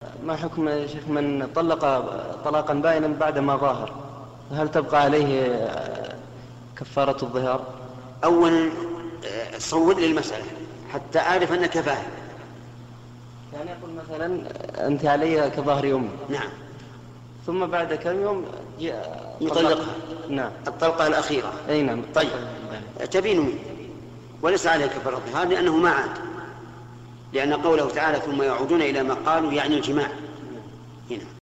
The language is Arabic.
ما حكم يا شيخ من طلق طلاقا بائنا بعدما ظاهر؟ هل تبقى عليه كفارة الظهار؟ أولا صور لي المسألة حتى أعرف أنك فاهم. يعني يقول مثلا أنت علي كظهر يوم. نعم. ثم بعد كم يوم يطلقها. نعم. الطلقة الأخيرة. أي نعم. طيب تبين منه وليس عليه كفارة الظهار لأنه ما عاد، لأن قوله تعالى ثم يعودون إلى ما قالوا يعني الجماع هنا.